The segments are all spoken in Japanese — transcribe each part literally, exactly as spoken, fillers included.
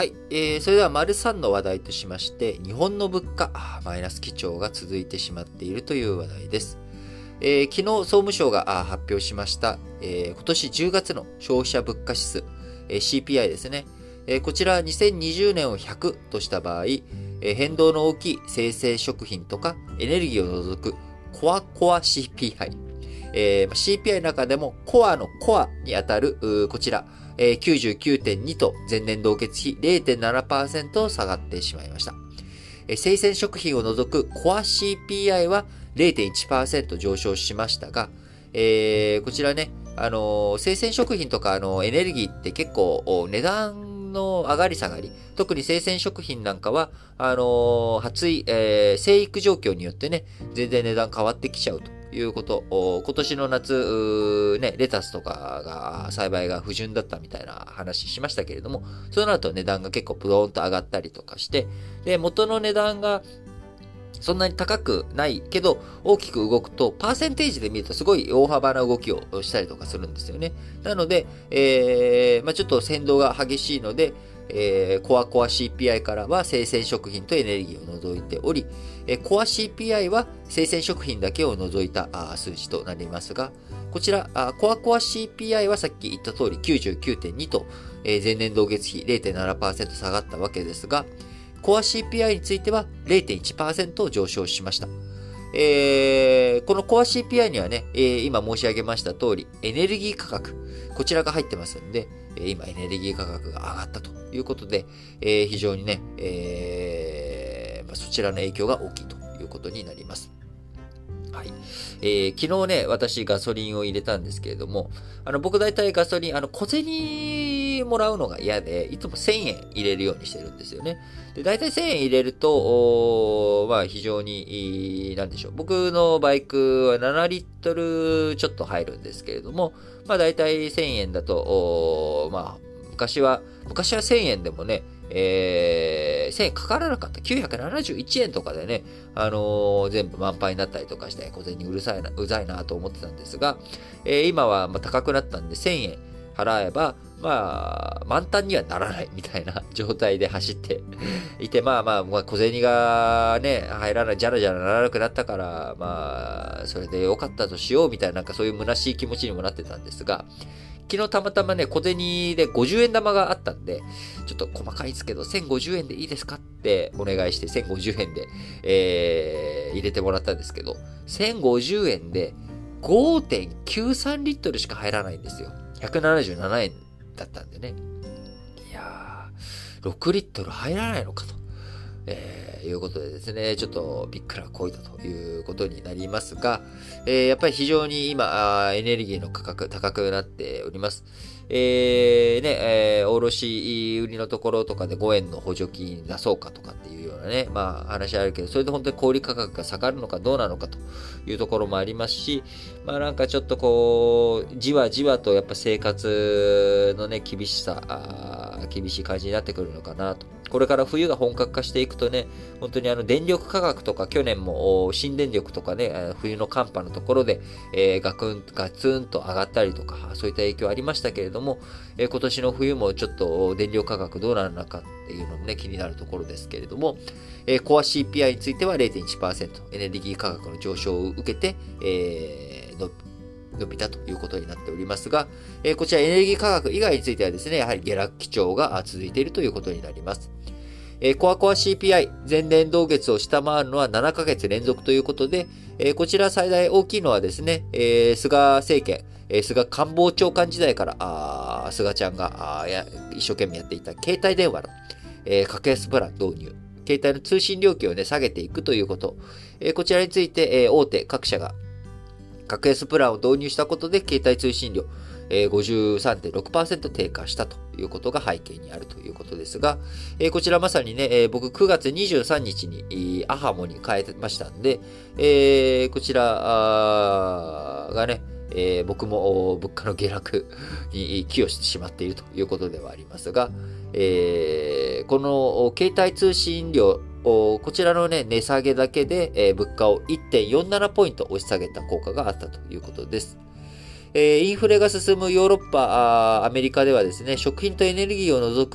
はい、えー、それでは丸さんの話題としまして、日本の物価、マイナス基調が続いてしまっているという話題です。えー、昨日総務省が発表しました、えー、今年じゅうがつの消費者物価指数、えー、シーピーアイ ですね。えー、こちらにせんにじゅうねんをひゃくとした場合、えー、変動の大きい生鮮食品とかエネルギーを除くコアコア シーピーアイ、えー、シーピーアイ の中でもコアのコアにあたるこちら、えー、きゅうじゅうきゅうてんに と前年同月比 れいてんななパーセント 下がってしまいました。えー、生鮮食品を除くコア シーピーアイ は れいてんいちパーセント 上昇しましたが、えー、こちらね、あのー、生鮮食品とか、あのー、エネルギーって結構値段の上がり下がり、特に生鮮食品なんかは、あのー、発育、えー、生育状況によってね、全然値段変わってきちゃうということ。今年の夏、ね、レタスとかが、栽培が不順だったみたいな話しましたけれども、そうなると値段が結構ブドーンと上がったりとかして、で、元の値段が、そんなに高くないけど、大きく動くと、パーセンテージで見るとすごい大幅な動きをしたりとかするんですよね。なので、えー、まあちょっと変動が激しいので、えー、コアコア シーピーアイ からは生鮮食品とエネルギーを除いており、えー、コア シーピーアイ は生鮮食品だけを除いたあ数字となりますが、こちら、あコアコア シーピーアイ はさっき言った通り きゅうじゅうきゅうてんに と、えー、前年同月比 れいてんななパーセント 下がったわけですが、コア シーピーアイ については れいてんいちパーセント 上昇しました。えー、このコア シーピーアイ にはね、えー、今申し上げました通り、エネルギー価格、こちらが入ってますんで、今エネルギー価格が上がったということで、えー、非常にね、えーまあ、そちらの影響が大きいということになります。はい。えー、昨日ね、私ガソリンを入れたんですけれども、あの、僕大体ガソリン、あの、小銭もらうのが嫌で、いつもせんえん入れるようにしてるんですよね。で、大体せんえん入れると、まあ、非常に、なんでしょう。僕のバイクはななリットルちょっと入るんですけれども、まあ、大体せんえんだと、まあ、昔は、昔はせんえんでもね、えー、せんえんかからなかった。きゅうひゃくななじゅういちえんとかでね、あのー、全部満杯になったりとかして、小銭うるさいな、うざいなと思ってたんですが、えー、今はまあ高くなったんでせんえん払えば、まあ、満タンにはならないみたいな状態で走っていて、まあまあ、まあ、小銭がね、入らない、じゃらじゃらならなくなったから、まあ、それで良かったとしようみたいな、なんかそういう虚しい気持ちにもなってたんですが、昨日たまたまね、小銭でごじゅうえん玉があったんで、ちょっと細かいですけど、せんごじゅうえんでいいですかってお願いして、せんごじゅうえんで、えー、入れてもらったんですけど、せんごじゅうえんで ごてんきゅうさんリットルしか入らないんですよ。ひゃくななじゅうななえんだったんでね。いやー、ろくリットル入らないのかと。えー、いうことでですね、ちょっとびっくらこいたということになりますが、えー、やっぱり非常に今、エネルギーの価格高くなっております。えー、ね、えー、卸売りのところとかでごえんの補助金出そうかとかっていうようなね、まあ話あるけど、それで本当に小売価格が下がるのかどうなのかというところもありますし、まあなんかちょっとこう、じわじわとやっぱ生活のね、厳しさ、あ厳しい感じになってくるのかなと。これから冬が本格化していくとね、本当にあの電力価格とか去年も新電力とかね、冬の寒波のところで、えー、ガクン、ガツンと上がったりとか、そういった影響ありましたけれども、えー、今年の冬もちょっと電力価格どうなるのかっていうのもね、気になるところですけれども、えー、コア シーピーアイ については れいてんいちパーセント、エネルギー価格の上昇を受けて、えー、の伸びたということになっておりますが、えー、こちらエネルギー価格以外についてはですね、やはり下落基調が続いているということになります。えー、コアコア シーピーアイ、前年同月を下回るのはななかげつ連続ということで、えー、こちら最大大きいのはですね、えー、菅政権、えー、菅官房長官時代から、あ菅ちゃんがあや一生懸命やっていた携帯電話の、えー、格安プラン導入、携帯の通信料金をね、下げていくということ、えー、こちらについて、えー、大手各社が格安プランを導入したことで、携帯通信料、えー、ごじゅうさんてんろくパーセント 低下したということが背景にあるということですが、えー、こちらまさにね、えー、僕くがつにじゅうさんにちに、えー、アハモに変えてましたんで、えー、こちらがね、えー、僕も物価の下落に寄与してしまっているということではありますが、えー、この携帯通信料、こちらのね、値下げだけで、えー、物価を いってんよんなな ポイント押し下げた効果があったということです。えー、インフレが進むヨーロッパ、アメリカではですね、食品とエネルギーを除く、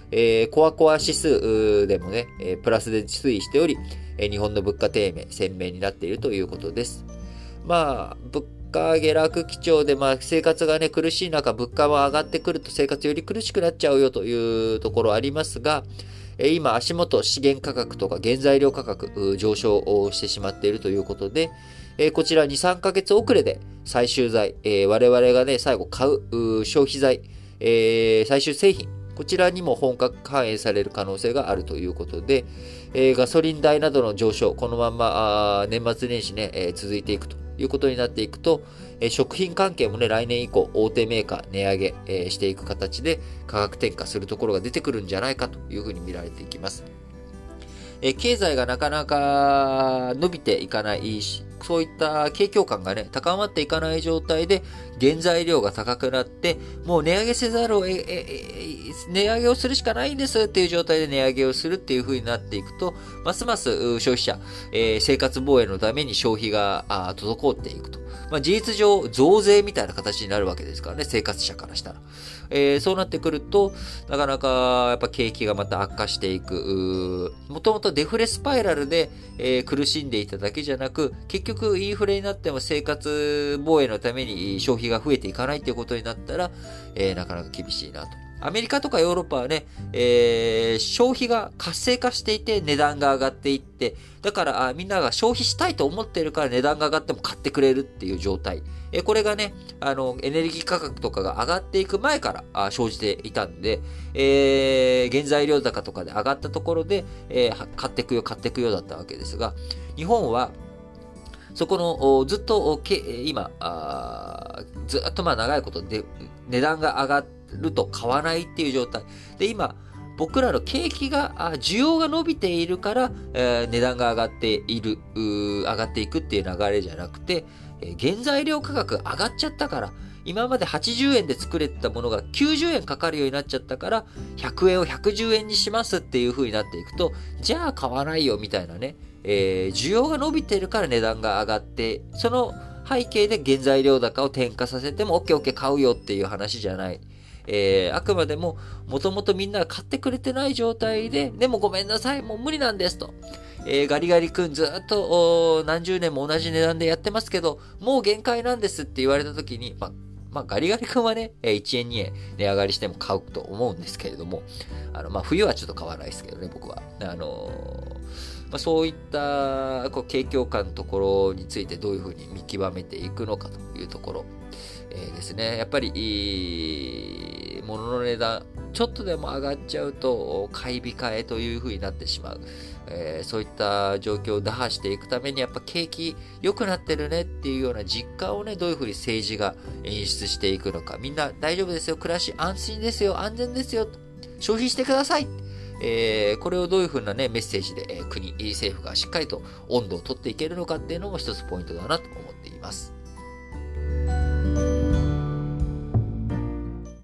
えー、コアコア指数でもね、えー、プラスで推移しており、えー、日本の物価低迷、鮮明になっているということです。まあ、物価下落基調で、まあ、生活がね、苦しい中、物価も上がってくると生活より苦しくなっちゃうよというところありますが、えー、今、足元資源価格とか原材料価格上昇してしまっているということで、えー、こちらに、さんかげつ遅れで最終財、えー、我々がね、最後買う消費財、えー、最終製品、こちらにも本格反映される可能性があるということで、えー、ガソリン代などの上昇、このまま年末年始ね、えー、続いていくということになっていくと、えー、食品関係もね、来年以降、大手メーカー値上げ、えー、していく形で価格転嫁するところが出てくるんじゃないかというふうに見られていきます。えー、経済がなかなか伸びていかないし、そういった景況感がね、高まっていかない状態で、原材料が高くなって、もう値上げせざるをえ、え、値上げをするしかないんですっていう状態で値上げをするっていう風になっていくと、ますます消費者、えー、生活防衛のために消費が滞っていくと。まあ、事実上、増税みたいな形になるわけですからね、生活者からしたら。えー、そうなってくると、なかなかやっぱ景気がまた悪化していく。もともとデフレスパイラルで、えー、苦しんでいただけじゃなく、結局インフレになっても生活防衛のために消費が増えていかないということになったら、えー、なかなか厳しいなと。アメリカとかヨーロッパはね、えー、消費が活性化していて値段が上がっていって、だからみんなが消費したいと思っているから値段が上がっても買ってくれるっていう状態。えー、これがね、あの、エネルギー価格とかが上がっていく前から生じていたんで、えー、原材料高とかで上がったところで、えー、買ってくよ、買ってくよだったわけですが、日本は、そこの、ずっと、今、ずっとまあ長いことで値段が上がると買わないっていう状態。で、今、僕らの景気が、需要が伸びているから、えー、値段が上がっている、上がっていくっていう流れじゃなくて、えー、原材料価格上がっちゃったから、今まではちじゅうえんで作れてたものがきゅうじゅうえんかかるようになっちゃったから、ひゃくえんをひゃくじゅうえんにしますっていう風になっていくと、じゃあ買わないよみたいなね、えー、需要が伸びてるから値段が上がって、その背景で原材料高を転嫁させても オーケーオーケー 買うよっていう話じゃない。えー、あくまでも、もともとみんなが買ってくれてない状態で、でもごめんなさい、もう無理なんですと。えー、ガリガリ君ずっと何十年も同じ値段でやってますけど、もう限界なんですって言われた時に、まあ、まあ、ガリガリ君はね、いちえんにえん値上がりしても買うと思うんですけれども、あの、まあ、冬はちょっと買わないですけどね、僕は。あのー、まあ、そういったこう景況感のところについてどういうふうに見極めていくのかというところ、えー、ですね。やっぱり、物の値段、ちょっとでも上がっちゃうと、買い控えというふうになってしまう。えー、そういった状況を打破していくために、やっぱ景気良くなってるねっていうような実感をね、どういうふうに政治が演出していくのか。みんな大丈夫ですよ。暮らし安心ですよ。安全ですよ。消費してください。えー、これをどういうふうなね、メッセージで、えー、国、政府がしっかりと温度を取っていけるのかっていうのも一つポイントだなと思っています。